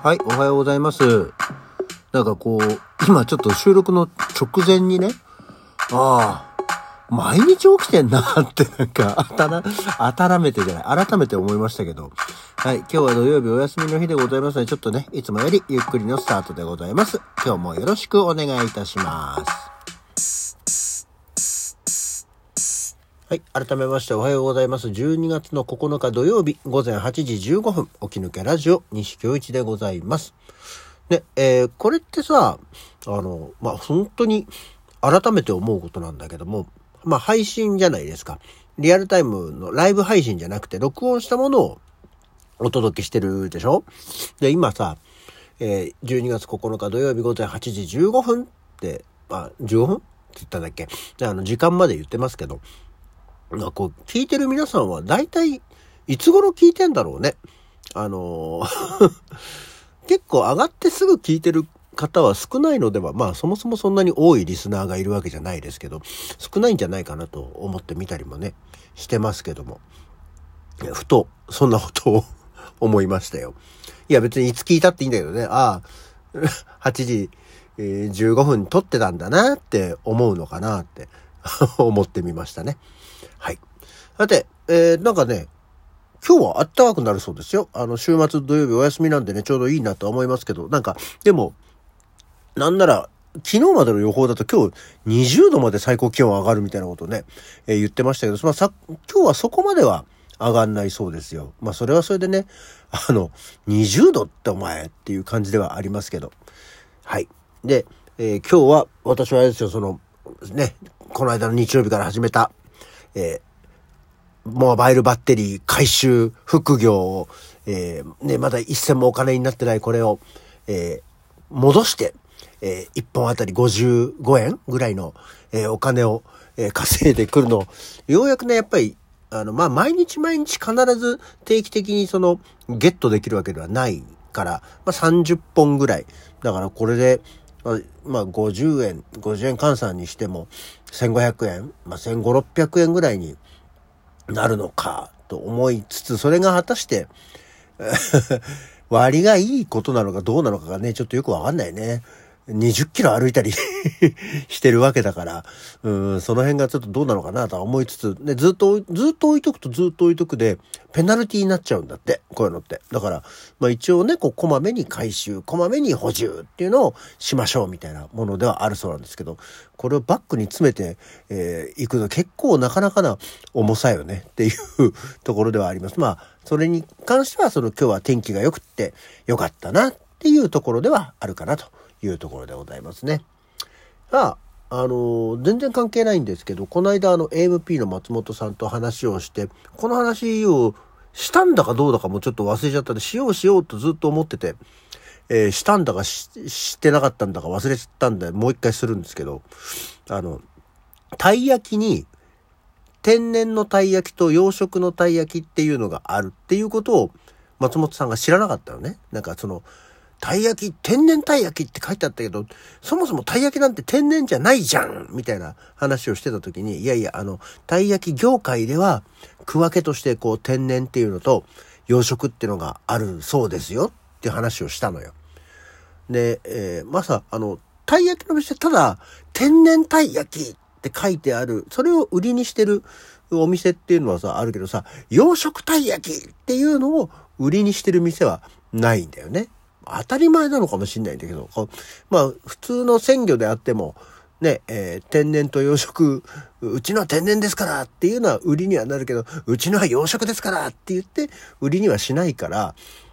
はい、おはようございます。なんかこう、今ちょっと収録の直前にね、毎日起きてんなって改めて思いましたけど。はい、今日は土曜日お休みの日でございますので、ちょっとね、いつもよりゆっくりのスタートでございます。今日もよろしくお願いいたします。はい、改めましておはようございます。12月の9日土曜日午前8時15分、起き抜けラジオ西京一でございます。ね、これってさ、本当に改めて思うことなんだけども、配信じゃないですか。リアルタイムのライブ配信じゃなくて、録音したものをお届けしてるでしょ？で、今さ、12月9日土曜日午前8時15分って、15分って言ったんだっけ？時間まで言ってますけど、こう、聞いてる皆さんは大体、いつ頃聞いてんだろうね。結構上がってすぐ聞いてる方は少ないのでは、そもそもそんなに多いリスナーがいるわけじゃないですけど、少ないんじゃないかなと思ってみたりもね、してますけども。ふと、そんなことを思いましたよ。いや別にいつ聞いたっていいんだけどね、8時15分に撮ってたんだなって思うのかなって思ってみましたね。はい。さて、なんかね、今日は暖かくなるそうですよ。週末土曜日お休みなんでね、ちょうどいいなと思いますけど、でも、なんなら、昨日までの予報だと今日20度まで最高気温上がるみたいなことをね、言ってましたけど、今日はそこまでは上がんないそうですよ。それはそれでね、20度ってお前っていう感じではありますけど。はい。で、今日は私はあれですよ、この間の日曜日から始めた、モバイルバッテリー回収副業を、まだ一銭もお金になってないこれを、戻して、1本あたり55円ぐらいの、お金を、稼いでくるのを、ようやくね、やっぱり、毎日必ず定期的にゲットできるわけではないから、30本ぐらい。だからこれで、50円換算にしても、1500円、1500、600円ぐらいになるのか、と思いつつ、それが果たして、割がいいことなのかどうなのかがね、ちょっとよくわかんないね。20キロ歩いたりしてるわけだから、その辺がちょっとどうなのかなとは思いつつ、ね、ずっと置いとくで、ペナルティになっちゃうんだって、こういうのって。だから、一応ね、こまめに回収、こまめに補充っていうのをしましょうみたいなものではあるそうなんですけど、これをバッグに詰めて、いくの結構なかなかな重さよねっていうところではあります。それに関しては、今日は天気が良くって良かったなっていうところではあるかなというところでございますね。全然関係ないんですけど、この間AMP の松本さんと話をして、この話をしたんだかどうだかもちょっと忘れちゃったんで、しようとずっと思ってて、したんだかしてなかったんだか忘れちゃったんで、もう一回するんですけど、たい焼きに、天然のたい焼きと養殖のたい焼きっていうのがあるっていうことを松本さんが知らなかったのね。たい焼き、天然たい焼きって書いてあったけど、そもそもたい焼きなんて天然じゃないじゃんみたいな話をしてた時に、たい焼き業界では区分けとして天然っていうのと養殖っていうのがあるそうですよっていう話をしたのよ。で、たい焼きの店、ただ天然たい焼きって書いてある、それを売りにしてるお店っていうのはさ、あるけどさ、養殖たい焼きっていうのを売りにしてる店はないんだよね。当たり前なのかもしれないんだけど、普通の鮮魚であっても、ね、天然と養殖、うちのは天然ですからっていうのは売りにはなるけど、うちのは養殖ですからって言って売りにはしないから、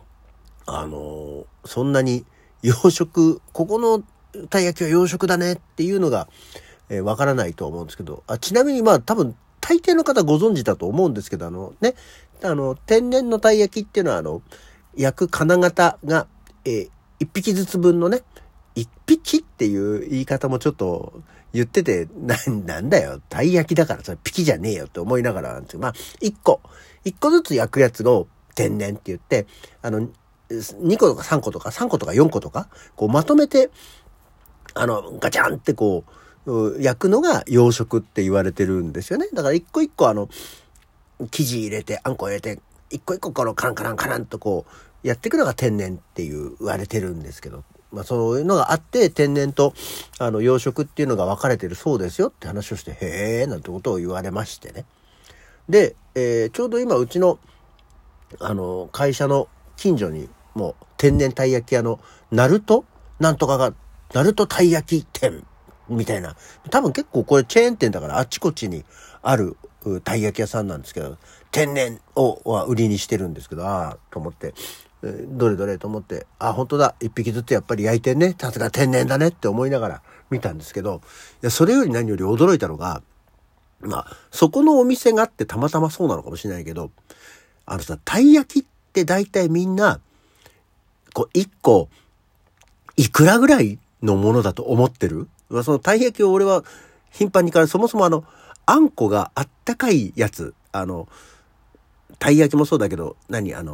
そんなに養殖、ここのたい焼きは養殖だねっていうのが、わからないと思うんですけど、ちなみに多分大抵の方ご存知だと思うんですけど、天然のたい焼きっていうのは焼く金型が、一匹ずつ分のね、一匹っていう言い方もちょっと言ってて、なんだよ、たい焼きだからさ、ピキじゃねえよって思いながらなんですけど、一個ずつ焼くやつを天然って言って、2個とか3個とか4個とか、まとめて、ガチャンって焼くのが養殖って言われてるんですよね。だから一個一個生地入れて、あんこ入れて、一個一個カランカランとやっていくのが天然って言われてるんですけど、そういうのがあって天然と養殖っていうのが分かれてるそうですよって話をして、へーなんてことを言われましてね。で、ちょうど今うちの会社の近所にもう天然たい焼き屋のナルトたい焼き店みたいな、多分結構これチェーン店だからあっちこっちにあるたい焼き屋さんなんですけど、天然は売りにしてるんですけど、と思って、どれどれと思って、本当だ、一匹ずつやっぱり焼いてんね、さすが天然だねって思いながら見たんですけど、それより何より驚いたのが、そこのお店があってたまたまそうなのかもしれないけど、たい焼きって大体みんな、1個、いくらぐらいのものだと思ってる？そのたい焼きを俺は頻繁にそもそもあんこがあったかいやつ、たい焼きもそうだけど、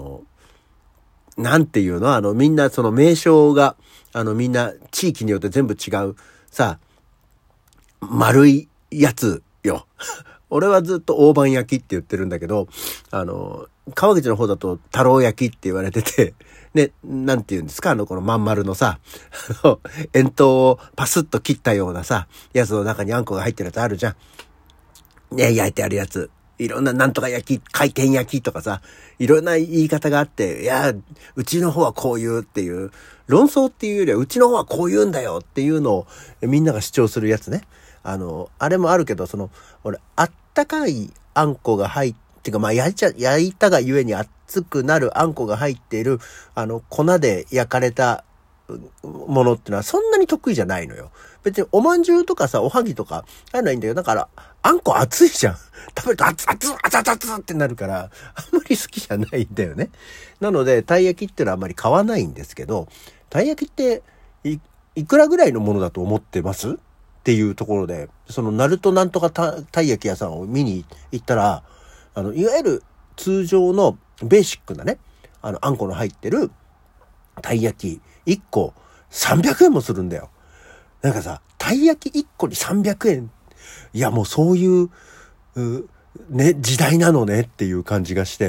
なんていうの？みんなその名称が、みんな地域によって全部違う、さ、丸いやつよ。俺はずっと大判焼きって言ってるんだけど、川口の方だと太郎焼きって言われてて、ね、なんて言うんですか、このまん丸のさ、円筒をパスッと切ったようなさ、やつの中にあんこが入ってるやつあるじゃん。ね、焼いてあるやつ。いろんななんとか焼き、回転焼きとかさ、いろんな言い方があって、いや、うちの方はこう言うっていう、論争っていうよりはうちの方はこう言うんだよっていうのをみんなが主張するやつね。あれもあるけど、俺、あったかいあんこが入ってか、焼いたがゆえに熱くなるあんこが入っている、粉で焼かれたものってのはそんなに得意じゃないのよ。別におまんじゅうとかさ、おはぎとか、あれないんだよ。だから、あんこ熱いじゃん。食べると熱ってなるから、あんまり好きじゃないんだよね。なので、たい焼きってのはあんまり買わないんですけど、たい焼きっていくらぐらいのものだと思ってますっていうところで、そのナルトなんとかたい焼き屋さんを見に行ったら、いわゆる通常のベーシックなね、あんこの入ってるたい焼き1個300円もするんだよ。なんかさ、たい焼き1個に300円。いやもうそういうね、時代なのねっていう感じがして、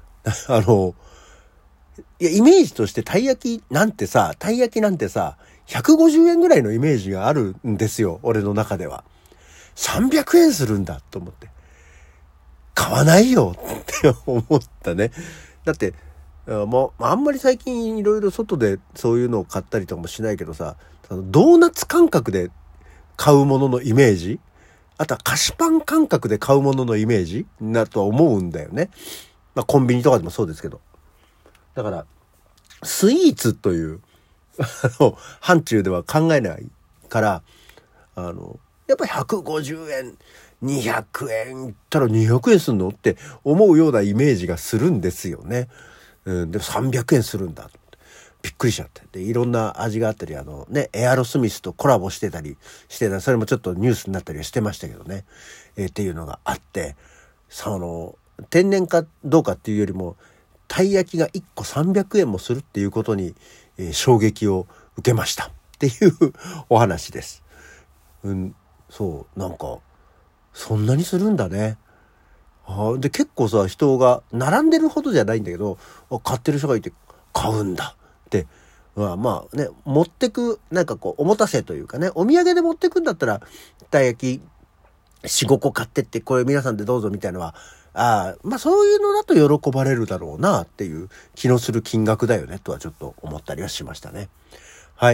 いや、イメージとしてたい焼きなんてさ、150円ぐらいのイメージがあるんですよ。俺の中では。300円するんだと思って。買わないよって思ったね。だって、もう、あんまり最近いろいろ外でそういうのを買ったりとかもしないけどさ、ドーナツ感覚で買うもののイメージ？あとは菓子パン感覚で買うもののイメージだとは思うんだよね。コンビニとかでもそうですけど。だから、スイーツという、範疇では考えないから、やっぱり150円、200円いったら200円すんのって思うようなイメージがするんですよね。でも300円するんだ。びっくりしちゃって。で、いろんな味があったり、エアロスミスとコラボしてたりしてた、それもちょっとニュースになったりはしてましたけどね。っていうのがあって、天然かどうかっていうよりも、たい焼きが1個300円もするっていうことに、衝撃を受けましたっていうお話です。そう、なんか、そんなにするんだね。で、結構さ、人が並んでるほどじゃないんだけど、買ってる人がいて、買うんだって、まあね、持ってく、なんかこう、おもたせというかね、お土産で持ってくんだったら、たい焼き4、5個買ってって、これ皆さんでどうぞみたいなのは、そういうのだと喜ばれるだろうなっていう気のする金額だよねとはちょっと思ったりはしましたね。はい。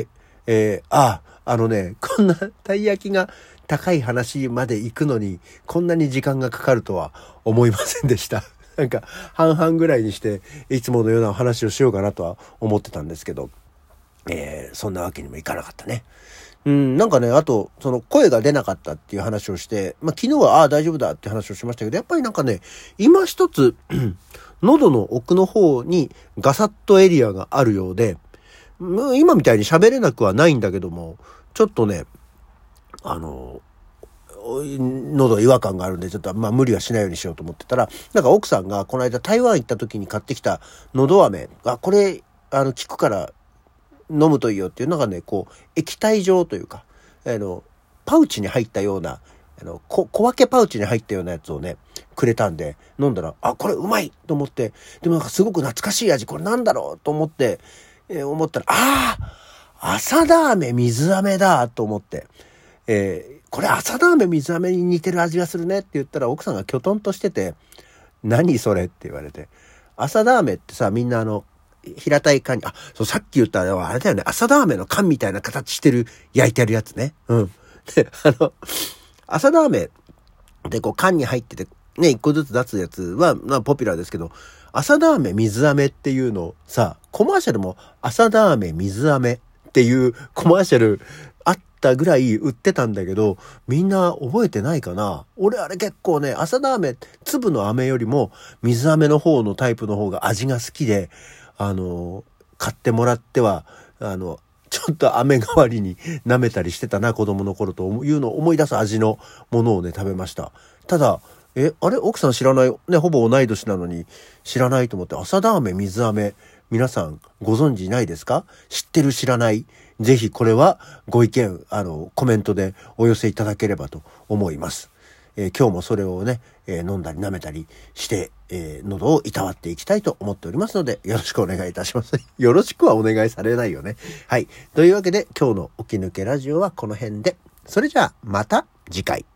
こんなたい焼きが高い話まで行くのにこんなに時間がかかるとは思いませんでした。なんか半々ぐらいにしていつものようなお話をしようかなとは思ってたんですけど、そんなわけにもいかなかったね。なんかね、あと、声が出なかったっていう話をして、昨日は、大丈夫だって話をしましたけど、やっぱりなんかね、今一つ、喉の奥の方にガサッとエリアがあるようで、今みたいに喋れなくはないんだけども、ちょっとね、喉違和感があるんで、ちょっと無理はしないようにしようと思ってたら、なんか奥さんがこの間台湾行った時に買ってきた喉飴、これ、効くから、飲むといいよっていうのがね、こう、液体状というか、パウチに入ったような、 小分けパウチに入ったようなやつをね、くれたんで、飲んだら、あ、これうまいと思って、でもなんかすごく懐かしい味、これなんだろうと思って、思ったら、朝ラーメン水飴だと思って、これ朝ラーメン水飴に似てる味がするねって言ったら、奥さんがきょとんとしてて、何それって言われて、朝ラーメンってさ、みんな平たい缶に、そう、さっき言ったあれだよね、朝ラーメンの缶みたいな形してる、焼いてあるやつね。うん。で、朝ラーメンでこう缶に入ってて、ね、一個ずつ出すやつは、ポピュラーですけど、朝ラーメン水飴っていうのさ、コマーシャルも朝ラーメン水飴っていうコマーシャルあったぐらい売ってたんだけど、みんな覚えてないかな？俺あれ結構ね、朝ラーメン、粒の飴よりも水飴の方のタイプの方が味が好きで、買ってもらっては、ちょっと飴代わりに舐めたりしてたな、子供の頃というのを思い出す味のものをね、食べました。ただ、あれ奥さん知らない、ね、ほぼ同い年なのに知らないと思って、朝ラーメン水飴、皆さんご存知ないですか？知ってる知らない？ぜひこれはご意見、コメントでお寄せいただければと思います。今日もそれをね、飲んだり舐めたりして、喉をいたわっていきたいと思っておりますので、よろしくお願いいたします。よろしくはお願いされないよね。はい。というわけで、今日の起き抜けラジオはこの辺で。それじゃあ、また次回。